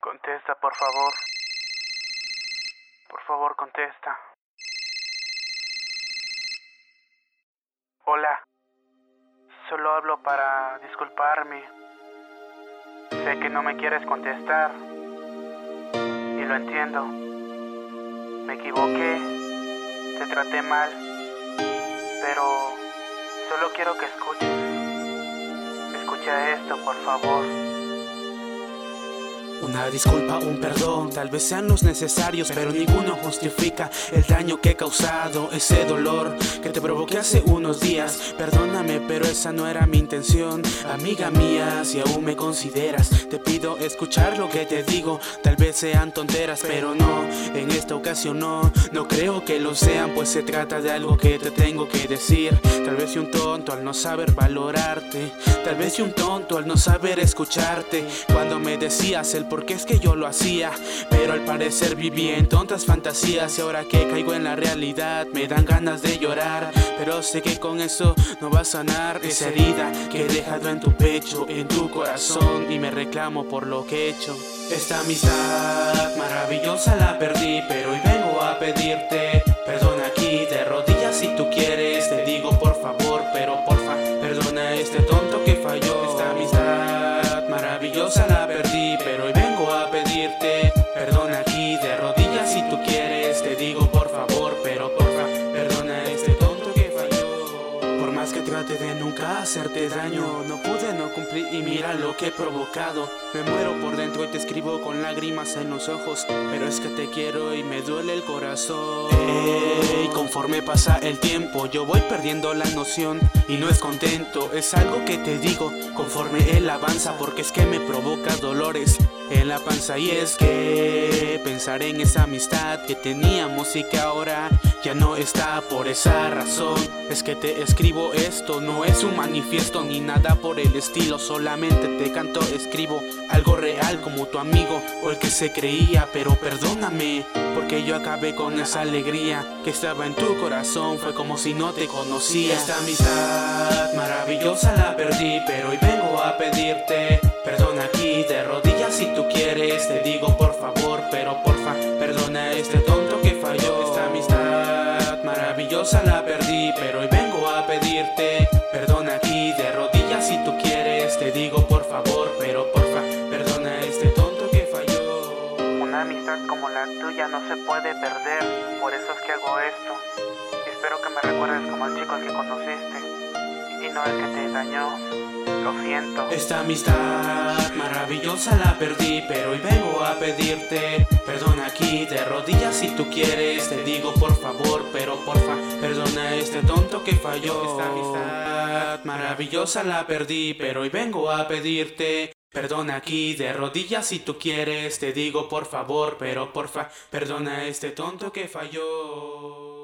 Contesta, por favor. Por favor, contesta. Hola. Solo hablo para disculparme. Sé que no me quieres contestar. Y lo entiendo. Me equivoqué. Te traté mal. Pero solo quiero que escuches. Escucha esto, por favor. Una disculpa, un perdón, tal vez sean los necesarios, pero ninguno justifica el daño que he causado, ese dolor que te provoqué hace unos días. Perdóname, pero esa no era mi intención. Amiga mía, si aún me consideras, te pido escuchar lo que te digo. Tal vez sean tonteras, pero no, en esta ocasión no creo que lo sean, pues se trata de algo que te tengo que decir. Tal vez soy un tonto al no saber valorarte, tal vez soy un tonto al no saber escucharte. Cuando me decías el por qué es que yo lo hacía, pero al parecer vivía en tontas fantasías. Y ahora que caigo en la realidad me dan ganas de llorar, pero sé que con eso no va a sanar esa herida que he dejado en tu pecho, en tu corazón, y me reclamo por lo que he hecho. Esta amistad maravillosa la perdí, pero hoy vengo a pedirte perdón aquí de rodillas. Si tú quieres te digo por favor, pero porfa, perdona a este tonto que falló. Esta amistad maravillosa la perdí, pero hoy vengo a pedirte perdón aquí de rodillas. Si tú quieres te digo por favor, pero porfa, perdona a este tonto que falló. Por más que trate de nunca hacerte daño, no pude, no cumplí y mira lo que he provocado. Me muero por dentro y te escribo con lágrimas en los ojos, pero es que te quiero y me duele el corazón. Y conforme pasa el tiempo yo voy perdiendo la noción y no es contento, es algo que te digo conforme él avanza, porque es que me provoca dolores en la panza. Y es que pensar en esa amistad que teníamos y que ahora ya no está. Por esa razón es que te escribo esto, no es un manifiesto ni nada por el estilo, solamente te canto, escribo algo real como tu amigo o el que se creía. Pero perdóname porque yo acabé con esa alegría que estaba en tu corazón, fue como si no te conocía. Esta amistad maravillosa la perdí, pero hoy vengo a pedirte perdón aquí de rodillas. Si tú quieres te digo por favor, pero porfa, perdona a este tonto que falló. Esta amistad maravillosa la perdí, pero hoy vengo a pedirte perdón aquí de rodillas. Si tú quieres te digo por favor, pero porfa, perdona a este tonto que falló. Una amistad como la tuya no se puede perder, por eso es que hago esto. Y espero que me recuerdes como el chico al que conociste y no el que te dañó. Lo siento. Esta amistad maravillosa la perdí, pero hoy vengo a pedirte perdón aquí de rodillas. Si tú quieres te digo por favor, pero porfa, perdona a este tonto que falló. Esta amistad maravillosa la perdí, pero hoy vengo a pedirte perdón aquí de rodillas. Si tú quieres te digo por favor, pero porfa, perdona a este tonto que falló.